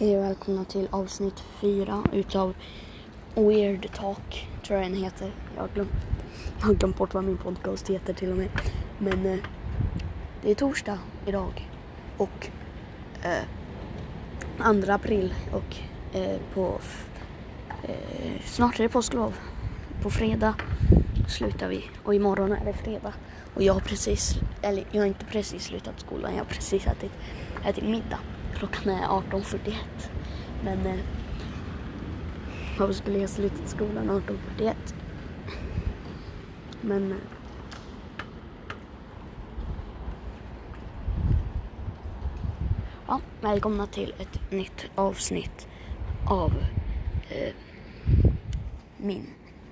Hej och välkomna till avsnitt 4 utav Weird Talk, tror jag den heter. Jag har glömt bort vad min podcast heter till och med. Men det är torsdag idag och 2 april och snart är det påsklov. På fredag slutar vi och imorgon är det fredag. Och jag har inte precis slutat skolan, jag har precis ätit middag. Klockan är 18:41. Men varför skulle jag sluta skolan 18:41? Men ja, välkomna till ett nytt avsnitt av min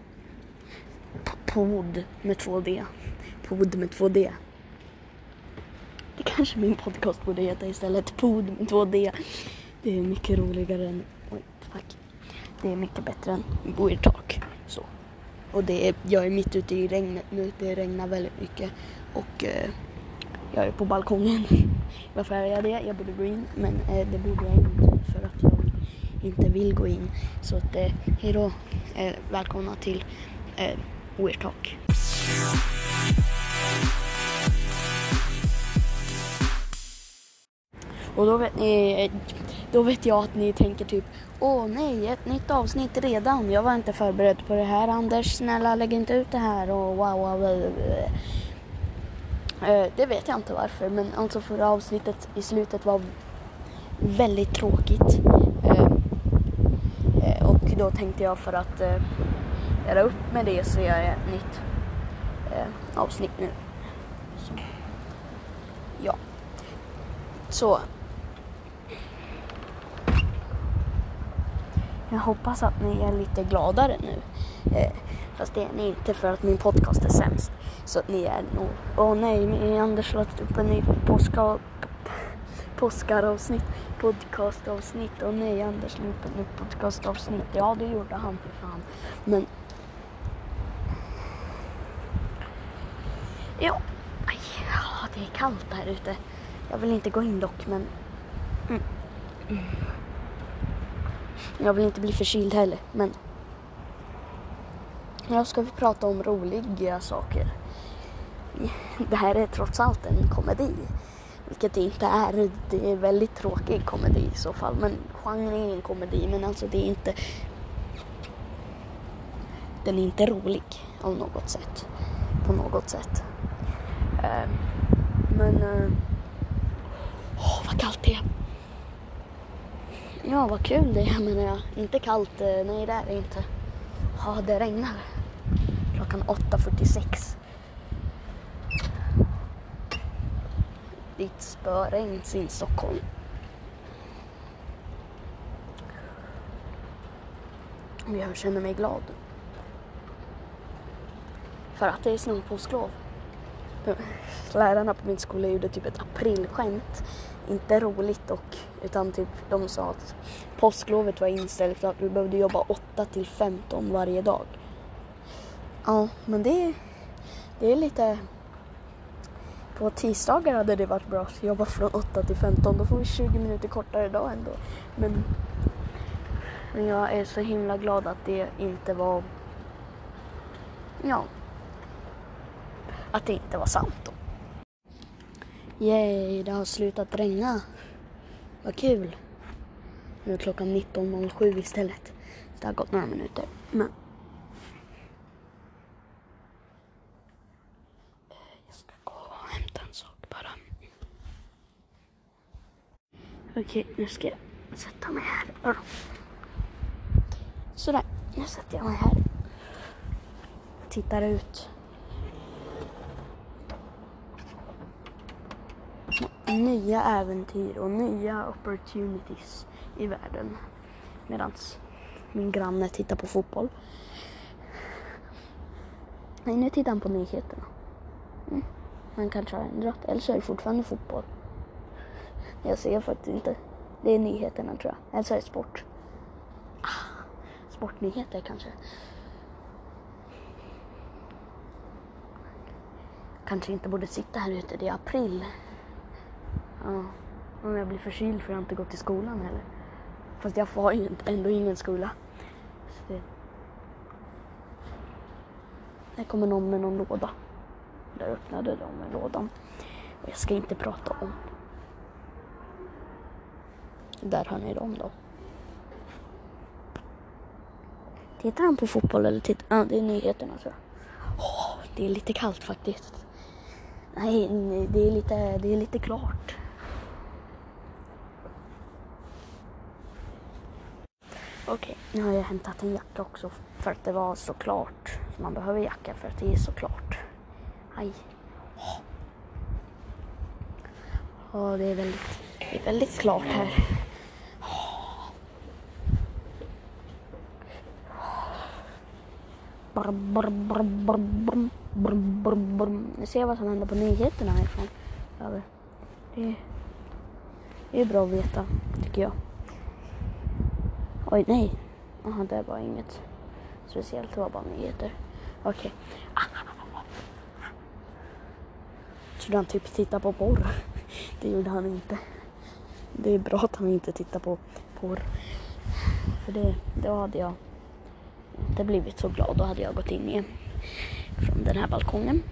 podd med 2D. Podd med 2D. Det kanske min podcast borde heta istället. Podd med 2D. Det är mycket roligare än... Det är mycket bättre än Weird Talk. Så. Och jag är mitt ute i regnet nu. Det regnar väldigt mycket. Och jag är på balkongen. Varför är jag det? Jag borde gå in. Men det borde jag inte. För att jag inte vill gå in. Så att hejdå. Välkomna till Weird Talk. Och då vet jag att ni tänker typ: åh nej, ett nytt avsnitt redan. Jag var inte förberedd på det här. Anders, snälla lägg inte ut det här. Och wow. Det vet jag inte varför. Men alltså förra avsnittet i slutet var väldigt tråkigt. Och då tänkte jag, för att göra upp med det, så gör jag ett nytt avsnitt nu. Så. Ja. Så jag hoppas att ni är lite gladare nu. Fast det är ni inte, för att min podcast är sämst. Så att ni är nog... Åh nej, Anders lagt upp en ny podcastavsnitt. Och nej, Anders lagt upp en ny podcastavsnitt. Ja, det gjorde han för fan. Men... ja. Det är kallt här ute. Jag vill inte gå in dock, men... Jag vill inte bli förkyld heller, men... Jag ska vi prata om roliga saker. Det här är trots allt en komedi. Vilket det inte är. Det är väldigt tråkig komedi i så fall. Men genren är en komedi, men alltså det är inte... Den är inte rolig av något sätt. På något sätt. Vad kallt det är. Ja, vad kul det är, menar jag. Inte kallt, nej det är det inte. Ja, det regnar. Klockan 8:46. Ditt spöregn sin Stockholm. Jag känner mig glad. För att det är snart påsklov. Lärarna på min skola gjorde typ ett aprilskämt. Inte roligt utan typ de sa att påsklovet var inställt för att vi behövde jobba 8-15 varje dag. Ja, men det är lite... På tisdagar hade det varit bra att jobba från 8-15. Då får vi 20 minuter kortare dag ändå. Men jag är så himla glad att det inte var... Ja. Att det inte var sant då. Yay, det har slutat regna. Vad kul. Nu är klockan 19:07 istället. Det har gått några minuter. Men jag ska gå och hämta en sak bara. Okej, nu ska jag sätta mig här. Sådär, nu sätter jag mig här. Tittar ut. Nya äventyr och nya opportunities i världen. Medan min granne tittar på fotboll. Nej, nu tittar han på nyheterna. Han kanske har ändrat. Eller så är det fortfarande fotboll. Jag ser faktiskt inte. Det är nyheterna, tror jag. Eller så är det sport. Sportnyheter kanske. Kanske inte borde sitta här ute. Det är april. Ja, om jag blir förkyld för att jag inte gått till skolan heller. Fast jag får ju ändå ingen skola. Så det kommer någon med någon låda. Där öppnade de med lådan. Och jag ska inte prata om. Där har ni dem då. Tittar han på fotboll eller tittar? Ja, det är nyheterna tror jag. Det är lite kallt faktiskt. Nej, det är lite klart. Okej, nu har jag hämtat en jacka också för att det var så klart. Så man behöver jacka för att det är så klart. Aj. Ja, det är väldigt klart här. Nu ser jag vad som händer på nyheterna härifrån. Det är bra att veta, tycker jag. Oj, nej. Aha, det var inget speciellt. Det var bara nyheter. Okej. Så han typ tittar på porr. Det gjorde han inte. Det är bra att han inte tittar på porr. För då hade jag inte blivit så glad. Då hade jag gått in igen från den här balkongen.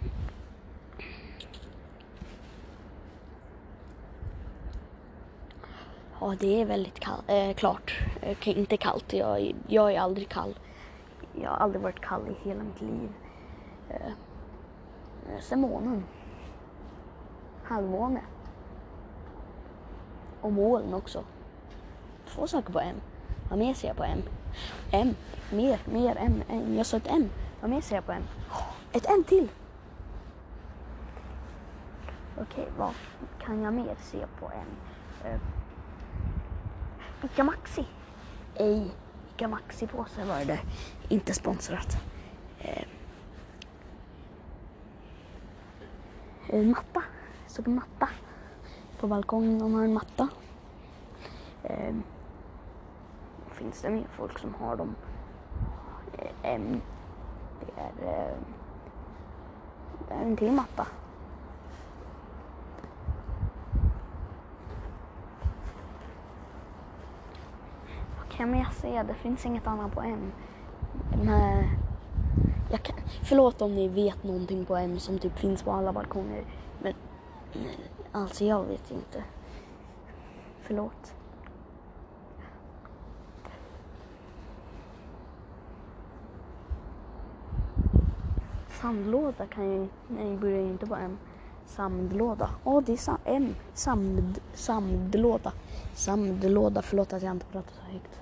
Ja, det är väldigt klart. Inte kallt. Jag är aldrig kall. Jag har aldrig varit kall i hela mitt liv. Sen månen. Halvmåne. Och moln också. 2 saker på M. Vad mer ser jag på M? M. Mer M. Jag sa ett M. Vad mer ser jag på M? Ett M till. Okej, vad kan jag mer se på M? Ica Maxi. Ica Maxi-påse var det. Inte sponsrat. En matta. Såg en matta. På balkongen de har en matta. Finns det mer folk som har dem? Det är en till matta. Men jag ser, det finns inget annat på M. Men förlåt om ni vet någonting på M som typ finns på alla balkonger. Men alltså jag vet inte. Förlåt. Sandlåda kan ju... Nej, börjar inte på M. Sandlåda. Det är M. Sandlåda. Sandlåda. Förlåt att jag inte pratar så högt.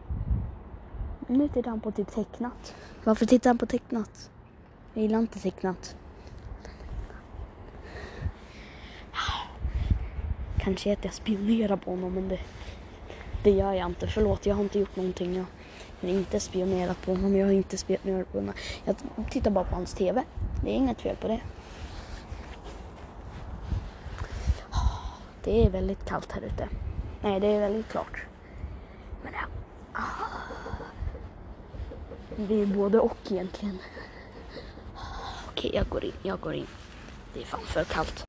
Nu tittar han på typ tecknat. Varför tittar han på tecknat? Jag gillar inte tecknat. Kanske att jag spionerar på honom, men det gör jag inte. Förlåt, jag har inte gjort någonting. Jag har inte spionerat på honom. Jag har inte spionerat på honom. Jag tittar bara på hans TV. Det är inget fel på det. Det är väldigt kallt här ute. Nej, det är väldigt klart. Men det är både och egentligen. Okej, jag går in. Det är fan för kallt.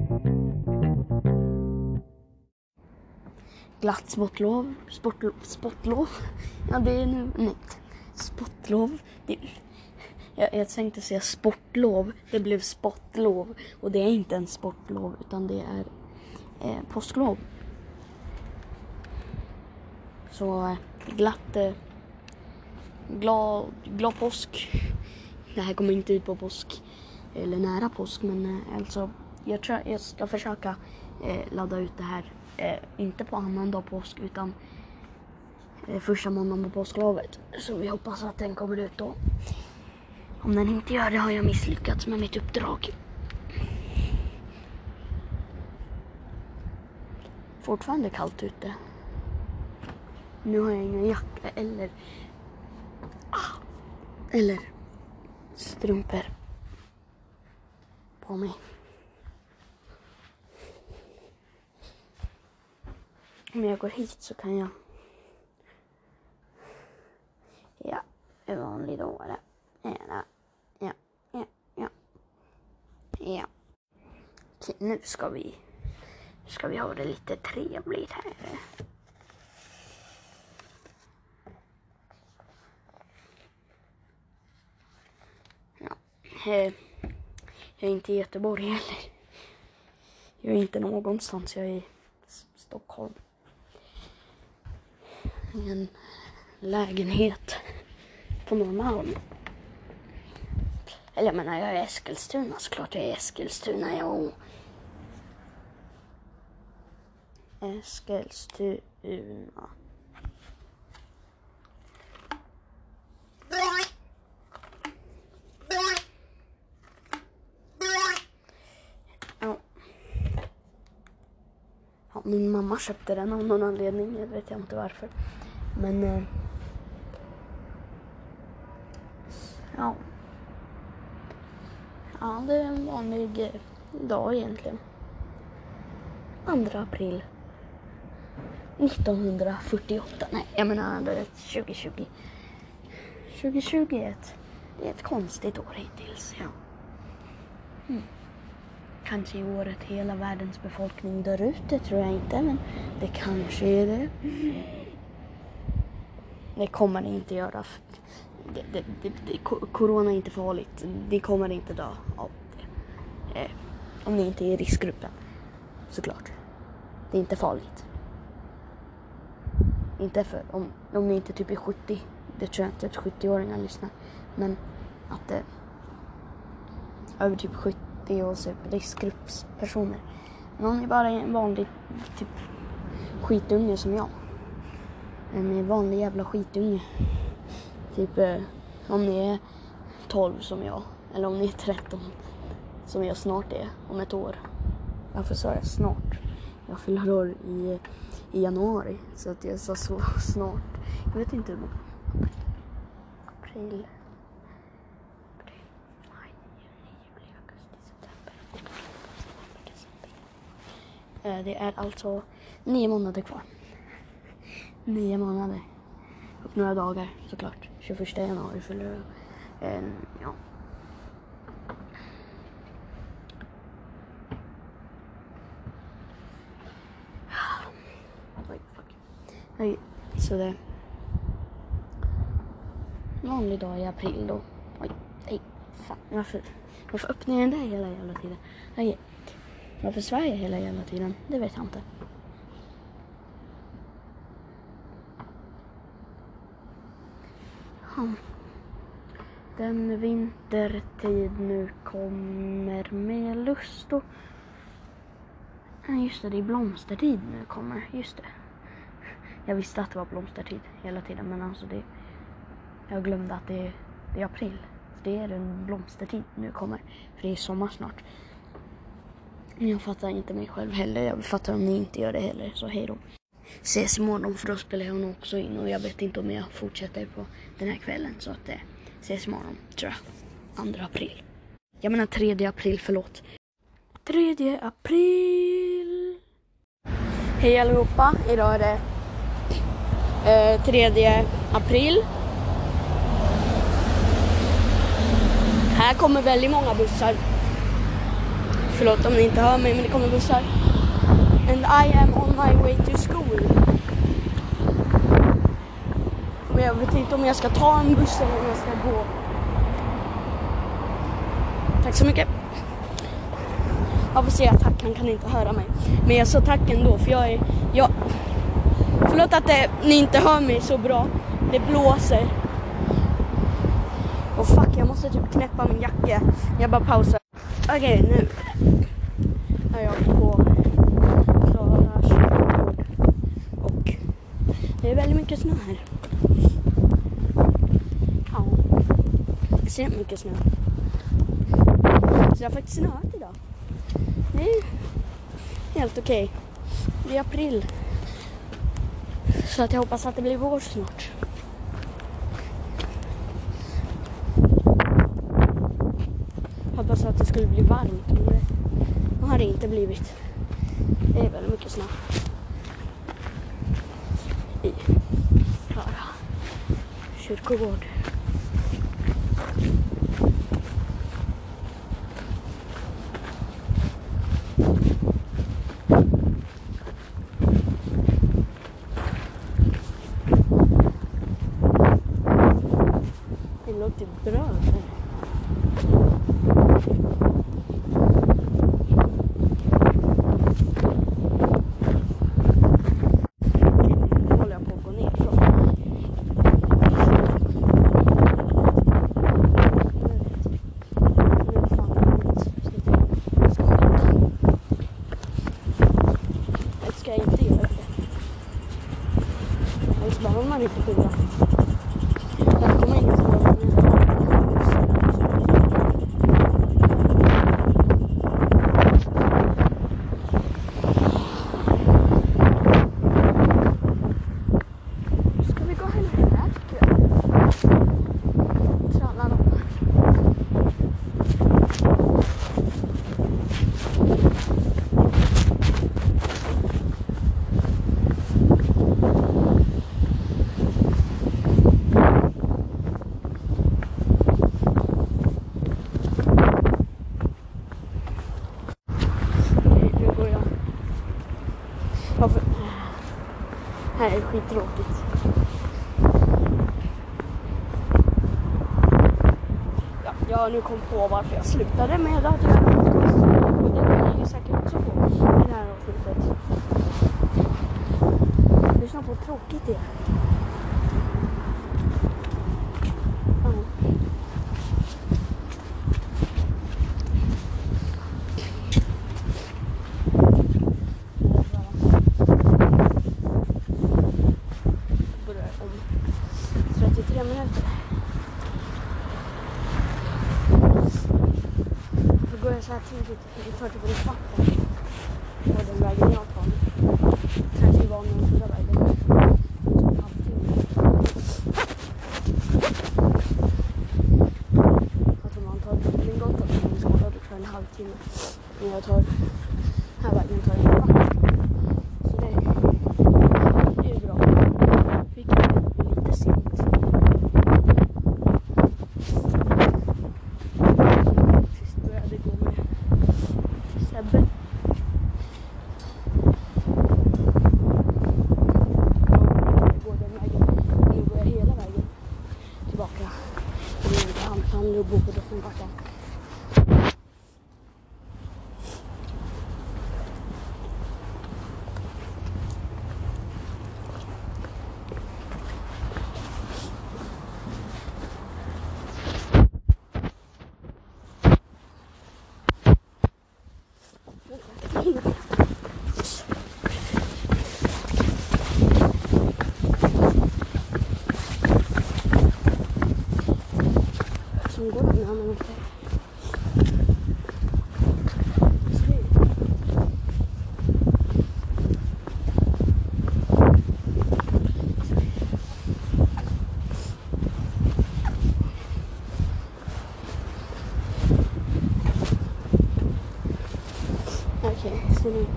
Glatt sportlov. Sportlov. Ja, det är nu... Nej. Sportlov. Jag tänkte säga sportlov. Det blev sportlov. Och det är inte en sportlov, utan det är påsklov. Så glad påsk. Det här kommer inte ut på påsk. Eller nära påsk. Men alltså, jag tror jag ska försöka ladda ut det här. Inte på annan dag påsk, utan första måndagen på påsklovet. Så vi hoppas att den kommer ut då. Om den inte gör det har jag misslyckats med mitt uppdrag. Fortfarande kallt ute. Nu har jag ingen jacka eller strumpor på mig. Om jag går hit så kan jag... Ja, en vanlig dåre. Ja. Okej, nu ska vi ha det lite trevligt här. Jag är inte i Göteborg heller. Jag är inte någonstans, jag är i Stockholm. I en lägenhet på Norrmalm. Eller jag menar, jag är Eskilstuna, såklart jag är Eskilstuna. Eskilstuna. Ja, min mamma köpte den av någon anledning, jag vet inte varför. Men ja, det är en vanlig dag egentligen. 2 april 1948. Nej, jag menar 2020. 2020 är ett konstigt år hittills, ja. Kanske i året hela världens befolkning dör ut, det tror jag inte, men det kanske är det. Det kommer det inte göra. Corona är inte farligt. Det kommer inte dö av det. Om ni inte är i riskgruppen, såklart. Det är inte farligt. Inte för, om ni inte typ är 70. Det tror jag inte att 70-åringar lyssnar. Men att över typ 70 och så riskgruppspersoner. Men om ni bara är en vanlig typ skitunge som jag. En vanlig jävla skitunge. Typ om ni är 12 som jag. Eller om ni är 13 som jag snart är om ett år. Varför sa jag snart? Jag fyller år i januari. Så att jag sa så snart. Jag vet inte hur många. April. Maj, juni, juli, augusti, september. Det är alltså 9 månader kvar. 9 månader. Och några dagar såklart. 21 januari fyller jag. Ja. Oj, fuck. Nej, så det. Vanlig dag i april då. Oj, nej, fan. Varför öppnar jag den där hela jävla tiden? Nej. Varför Sverige hela jävla tiden? Det vet jag inte. Den vintertid nu kommer med lust och... Just det är blomstertid nu kommer. Just det. Jag visste att det var blomstertid hela tiden, men alltså det... Jag glömde att det är april. Det är en blomstertid nu kommer. För det är sommar snart. Jag fattar inte mig själv heller. Jag fattar om ni inte gör det heller. Så hej då. Ses imorgon, för då spelar jag nog också in. Och jag vet inte om jag fortsätter på den här kvällen. Så att ses imorgon, tror jag. 2 april. Jag menar 3 april, förlåt. 3 april. Hej allihopa. Idag är det 3 april. Här kommer väldigt många bussar. Förlåt om ni inte hör mig, men det kommer bussar. And I am on my way to school. Men jag vet inte om jag ska ta en buss eller om jag ska gå. Tack så mycket. Jag får säga tack, han kan inte höra mig. Men jag sa tack ändå, för jag förlåt att ni inte hör mig så bra. Det blåser. Och fuck, jag måste typ knäppa min jacka. Jag bara pausar. Okej, nu är jag på Klara kyrkogård. Och det är väldigt mycket snö här. Ja, extremt mycket snö. Så jag har faktiskt snöat idag. Det är helt okej. Det är april. Så att jag hoppas att det blir vår snart. Jag hoppas att det skulle bli varmt. Men det har det inte blivit. Det är väldigt mycket snö. I Klara kyrkogård. Det låter bra. så behöver man inte skynda. Jag kommer in på ska vi gå hem här? Trallar upp. Här är det skittråkigt. Ja, jag har nu kom på varför jag slutade med att göra podcast. Och det var ju säkert också på i det här avsnittet. Lyssna på hur tråkigt det är. Ja. Så här tidigt, det tar typ en kvart på den vägen jag tar. Kanske var den förra vägen. En halvtimme. Jag tror man tar min gata på min skala, då tar en halvtimme. Men jag tar här vägen tar en kvart. Så det är ju bra. Fick jag lite sent. Sebbe. Jag går den vägen. Nu går jag hela vägen tillbaka. Det är inte han och bor på Dödsengatan. Som går när man inte. Okej, så nu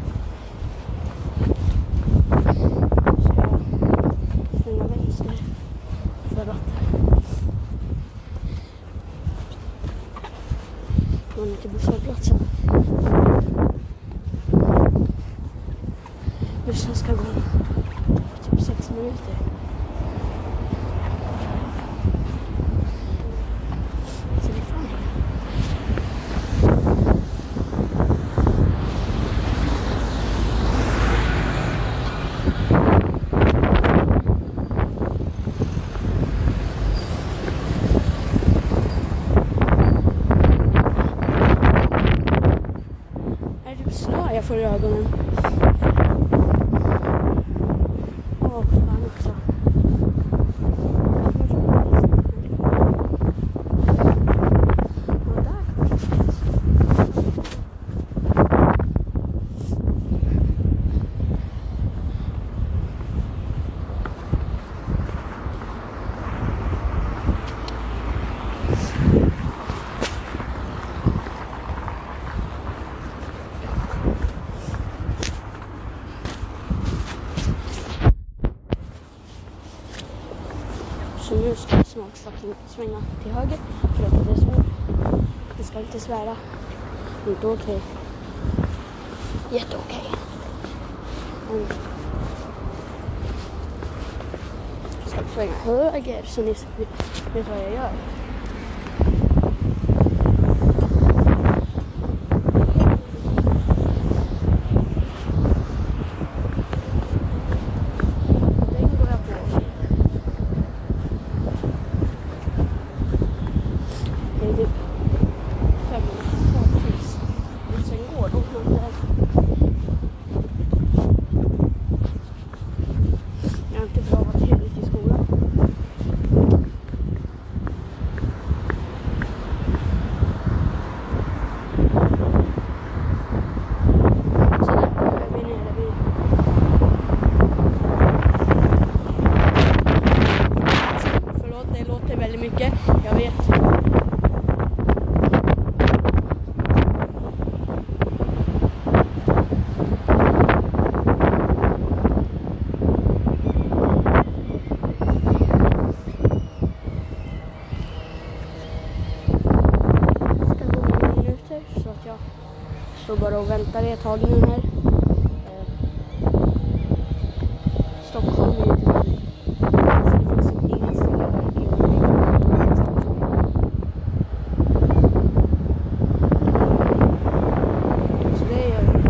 ska jag svänga vänster för att man är till busshållplatsen. Bussen ska gå typ 6 minuter. Så det är fan. Jag får i ögonen. Åh, fan också. Och där. Så nu ska jag snart svänga till höger för att det är svårt. Jag ska inte svära. Inte okej. Jätteokej. Jag ska svänga höger så ni vet vad jag gör. Jag är inte bra att och väntar ett tag nu här. Stockholm är ju typ det finns inga ställen där så det är ju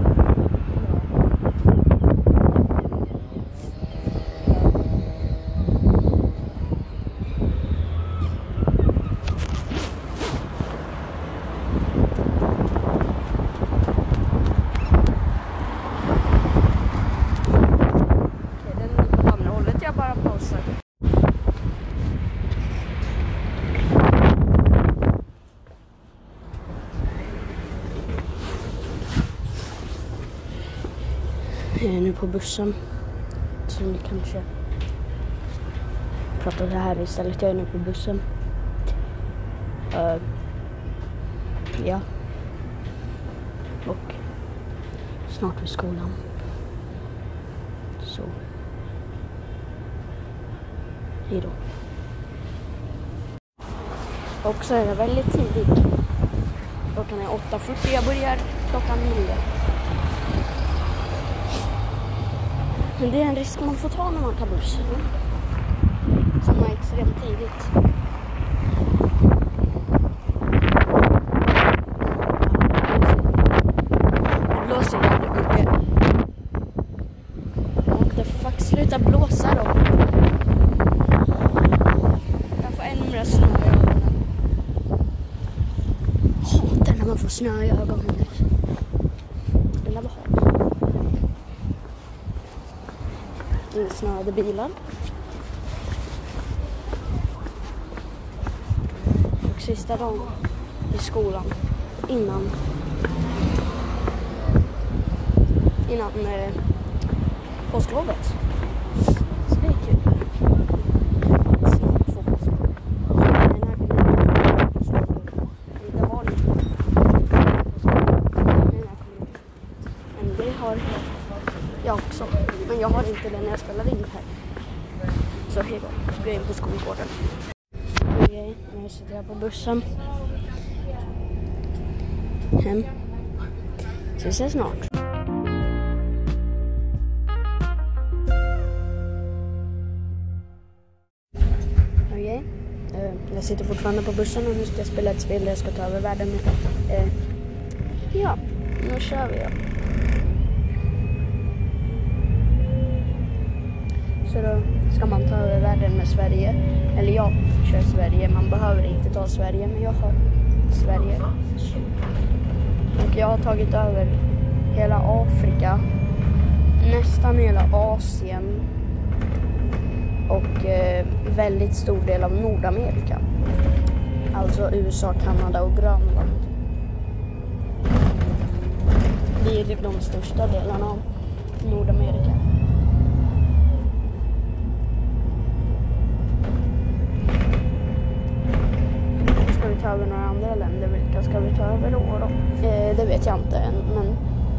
jag är nu på bussen. Så ni kanske pratar det här istället. Jag är nu på bussen. Ja. Och snart vid skolan. Så. Hej då. Och så är det väldigt tidigt. Klockan är 8:40. Jag börjar klockan 9. Men det är en risk man får ta när man tar bussen. Som är extremt tidigt. Det blåser jävligt mycket. Och det fuck, sluta blåsa då. Jag får ännu mer snö i ögonen. Hatar när man får snö i ögonen. Det lär vara hat. Insnöade bilar. Och sista dagen i skolan innan påsklovet. Så det är kul. Snart få påsklov. Men det har jag också. Men jag har inte det när jag spelar in här. Så hej då. Jag går in på skolgården. Okej, nu sitter jag på bussen. Hem. Så vi ses snart. Okej. Jag sitter fortfarande på bussen och nu ska jag spela ett spel där jag ska ta över världen. Ja, nu kör vi. Så då ska man ta över världen med Sverige. Eller jag kör Sverige. Man behöver inte ta Sverige, men jag har Sverige. Och jag har tagit över hela Afrika. Nästan hela Asien. Och väldigt stor del av Nordamerika. Alltså USA, Kanada och Grönland. Det är typ de största delarna av Nordamerika. Ska vi ta över några andra länder? Vilka ska vi ta över då? Det vet jag inte än, men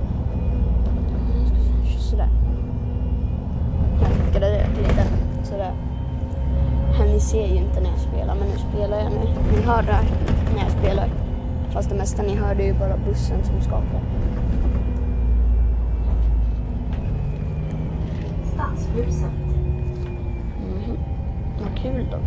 sådär. Jag tycker det är lite sådär. Ni ser ju inte när jag spelar, men nu spelar jag nu. Ni hör det när jag spelar. Fast det mesta ni hör det är ju bara bussen som skakar. Stadshuset. Vad kul då.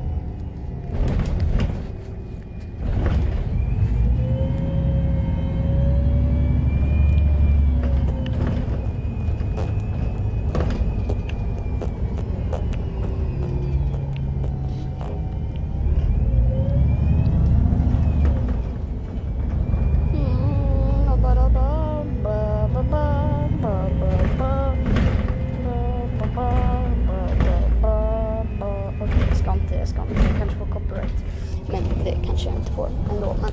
Jag kanske får copyright. Men det kanske jag inte får ändå. Men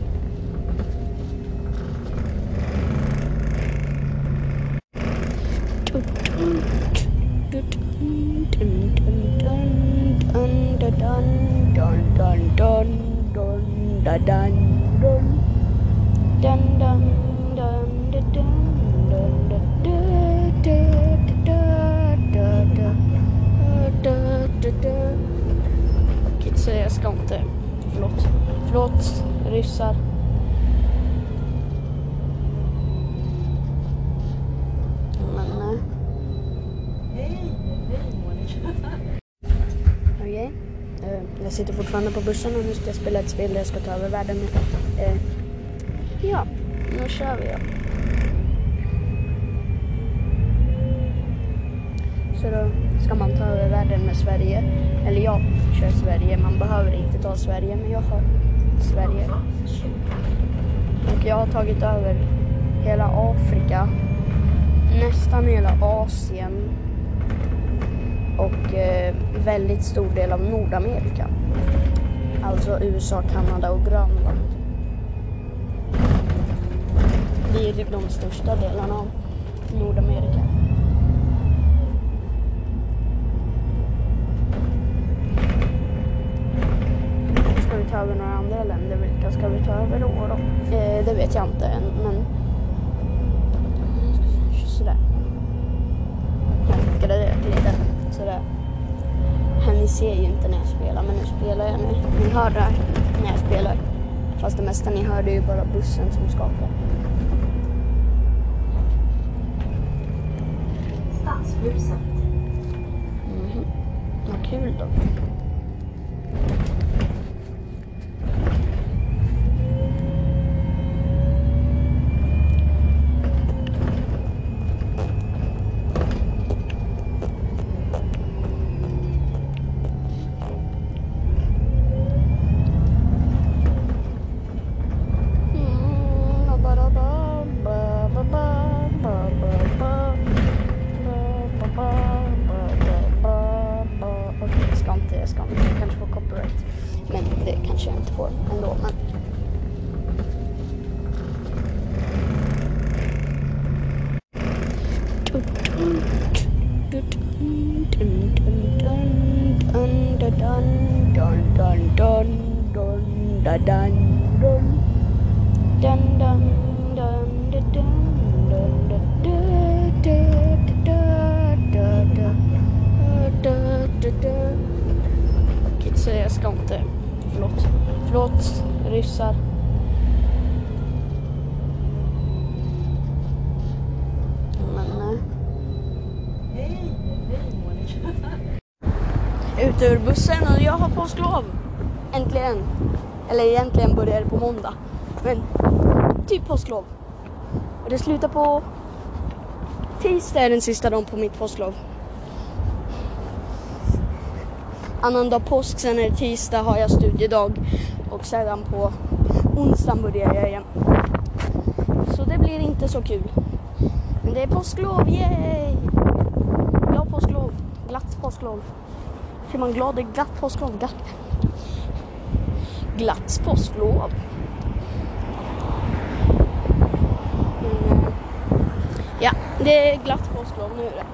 så jag ska inte. Förlåt ryssar. Okej. Jag sitter fortfarande på bussen och nu ska jag spela ett spel där jag ska ta över världen. Ja, nu kör vi. Ja. Så då ska man ta över världen med Sverige. Eller jag kör Sverige. Man behöver inte ta Sverige, men jag har Sverige. Och jag har tagit över hela Afrika. Nästan hela Asien. Och väldigt stor del av Nordamerika. Alltså USA, Kanada och Grönland. Det är typ de största delarna av Nordamerika. Ska vi ta över några andra länder? Vilka ska vi ta över då? Det vet jag inte än, men sådär. Jag skickade det lite sådär. Ni ser ju inte när jag spelar, men nu spelar jag nu. Ni hör det här när jag spelar. Fast det mesta ni hör, det är ju bara bussen som skakar. Stadshuset. Vad kul då. Jag kanske får copyright, men det kanske jag inte får ändå. Men okej, så jag ska inte. Förlåt, ryssar. Men ut ur bussen och jag har påsklov. Äntligen. Eller egentligen börjar det på måndag. Men typ påsklov. Och det slutar på tisdag, är den sista dagen på mitt påsklov. Annandag påsk, sen är det tisdag, har jag studiedag. Och sedan på onsdagen börjar jag igen. Så det blir inte så kul. Men det är påsklov, yay! Jag har påsklov, glatt påsklov. Ser man glad, det är glatt påsklov, glatt påsklov. Ja, det är glatt påsklov nu det.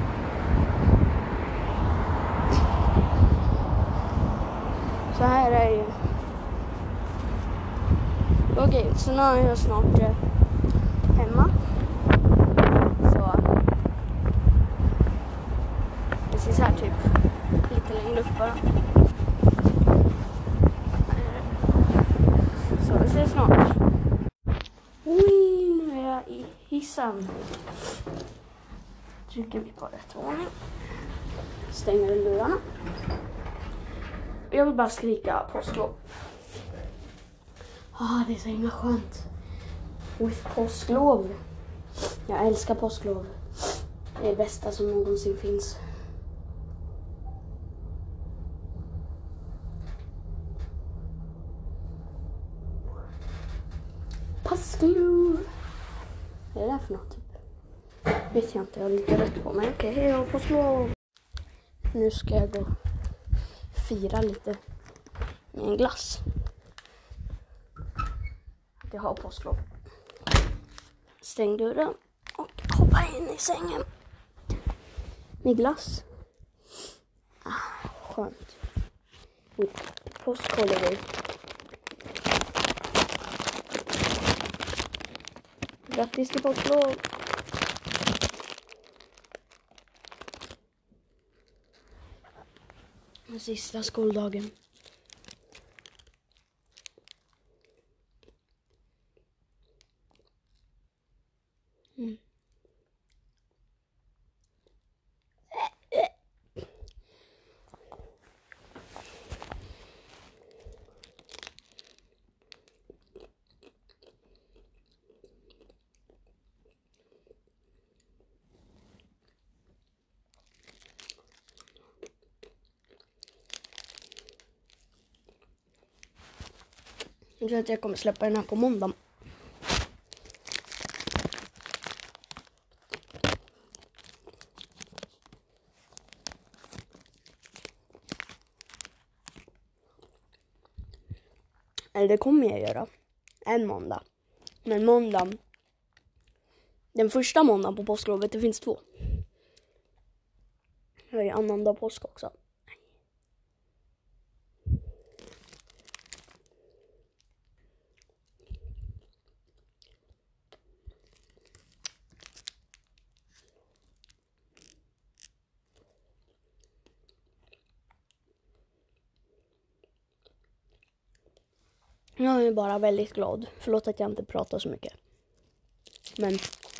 Så här är ju. Okej, så nu är jag snart hemma. Så precis här typ. Lite längre upp bara. Så vi ses snart. Oj, nu är jag i hissen. Trycker vi på rätt våning. Stänger dörrarna. Jag vill bara skrika påsklov. Det är så himla skönt. With påsklov. Jag älskar påsklov. Det är det bästa som någonsin finns. Påsklov. Vad är det där för något typ? Vet jag inte, jag har lite rätt på mig. Okej, hej då, påsklov. Nu ska jag gå fira lite med en glass. Att jag har påsklov. Stäng dörren och hoppa in i sängen med glass. Skönt. Påskholiday. Grattis till påsklov. Den sista skoldagen. Jag tror att jag kommer släppa den här på måndag. Eller det kommer jag göra. En måndag. Men måndag. Den första måndagen på påsklovet, det finns 2. Det är ju annandag påsk också. Jag är bara väldigt glad. Förlåt att jag inte pratar så mycket. Men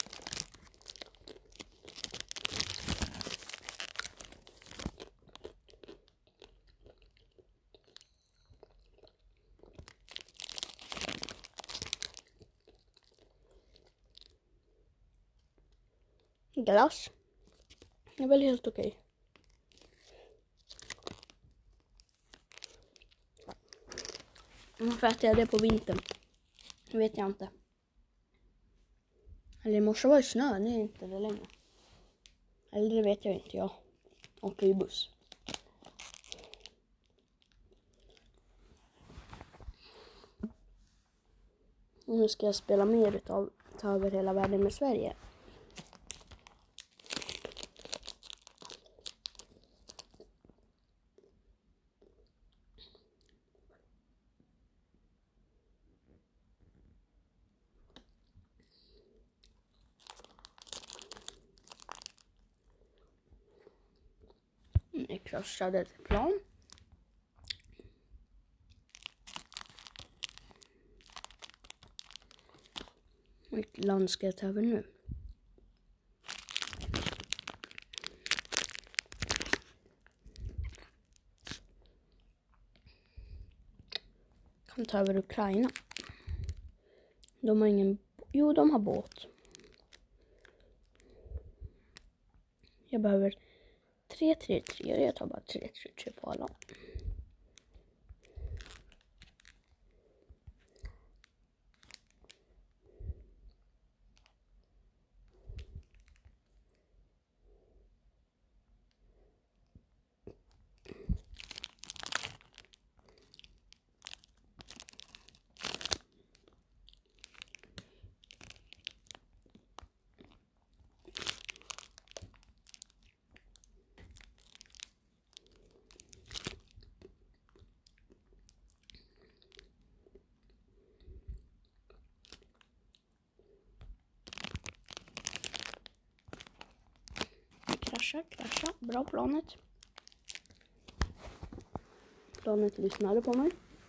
glass. Det är väl helt okej. Varför äter jag det på vintern? Det vet jag inte. Eller i morse var det snö, det är inte det längre. Eller det vet jag inte, jag åker i buss. Och nu ska jag spela mer utav Ta över hela världen med Sverige. Jag kraschade ett plan. Vilket land ska jag ta över nu? Jag kan ta över Ukraina. De har ingen... Jo, de har båt. Jag behöver 3-3-3. Jag tar bara 3-3-3 på alla. Krascha. Bra planet. Planet lyssnade på mig.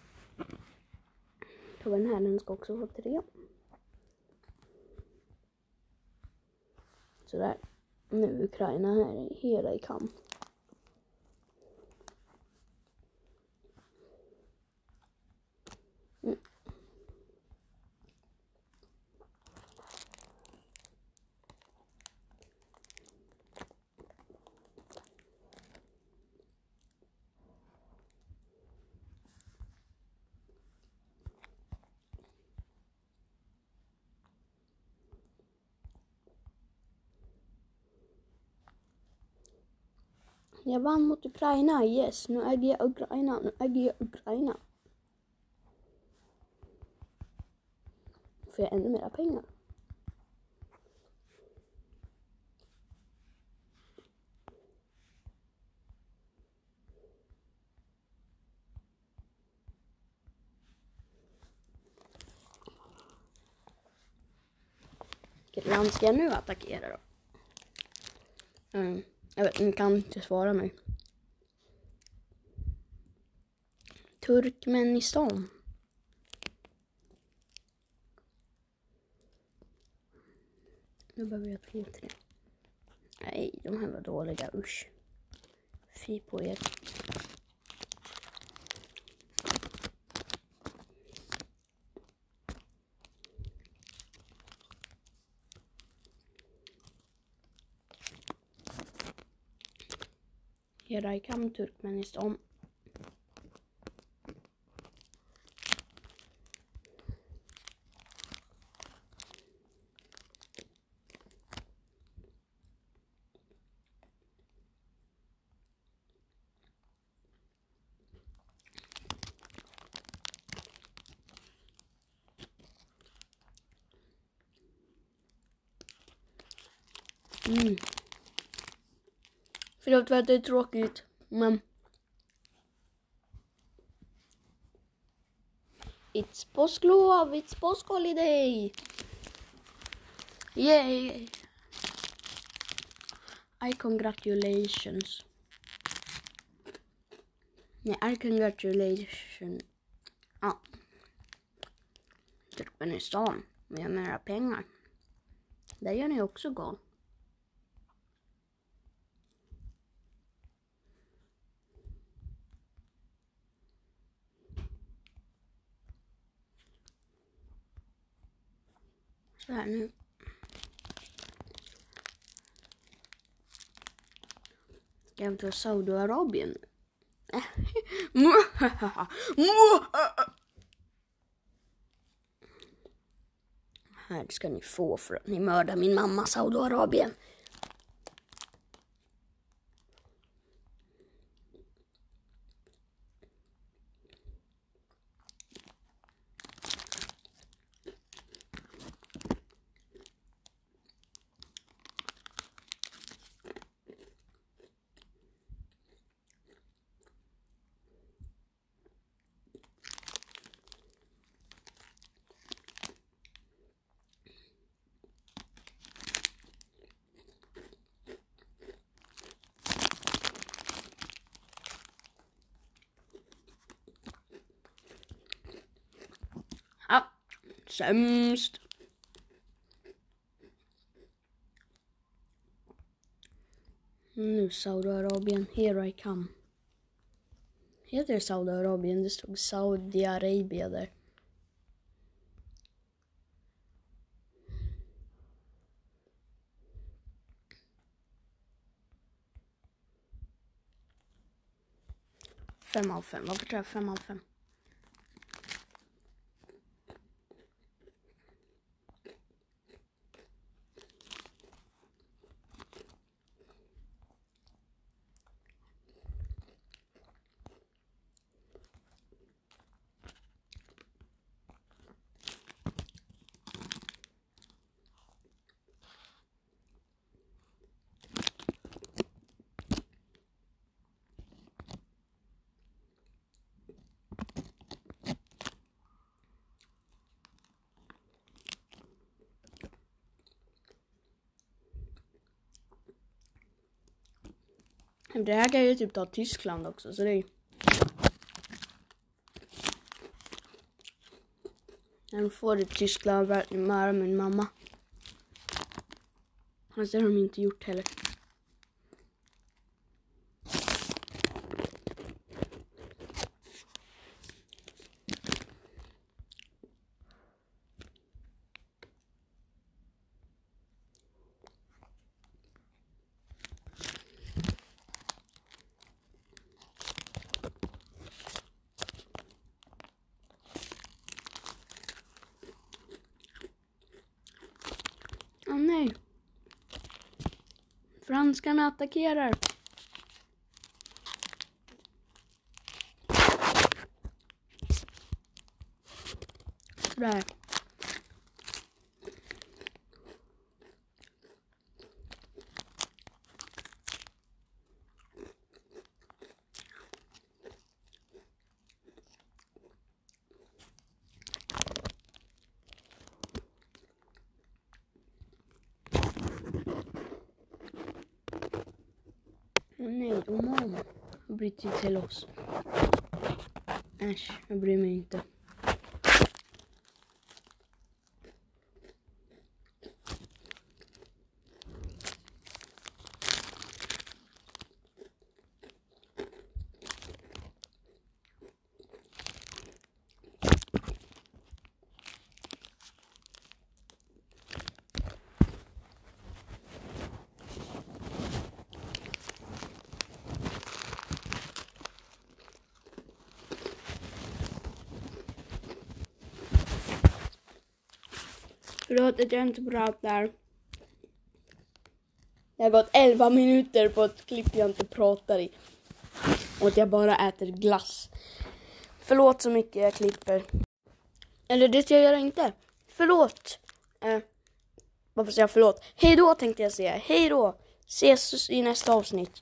Den här, den ska också få 3. Sådär. Nu är Ukraina här hela i kamp. Jag vann mot Ukraina, yes. Nu äger jag Ukraina. Får jag ännu mera pengar. Vilket land ska jag nu attackera då? Jag vet, ni kan inte svara mig. Turkmenistan. Nu behöver jag 3-3. Nej, de här var dåliga, usch. Fy på er. Here I come, Turkmenistan. Förlåt för att det är tråkigt, men it's påsklov, it's påskholiday. Yay! I congratulations. Nej, I congratulations. Ja. Turkmenistan med mera pengar. Där gör ni också gal. Så här nu. Ska jag ta Saudiarabien? Här ska ni få för att ni mördar min mamma Saudiarabien. Ja, sämst. Nu Saudiarabien, here I come. Heter det Saudiarabien? Det stod Saudiarabia där. Fem av 5. Varför tror jag 5 av 5? Det här kan ju typ ta Tyskland också, så det är... Jag får det Tyskland verkligen med min mamma. Fast det har de inte gjort heller. Åh nej. Franskarna attackerar. Sådär. Nej, Oman har brytt till oss. Äsch, jag bryr mig inte. Förlåt att jag inte pratar. Det har gått 11 minuter på ett klipp jag inte pratar i. Och att jag bara äter glass. Förlåt så mycket jag klipper. Eller det ska jag göra inte. Förlåt. Varför säger jag förlåt? Hej då tänkte jag säga. Hej då. Ses i nästa avsnitt.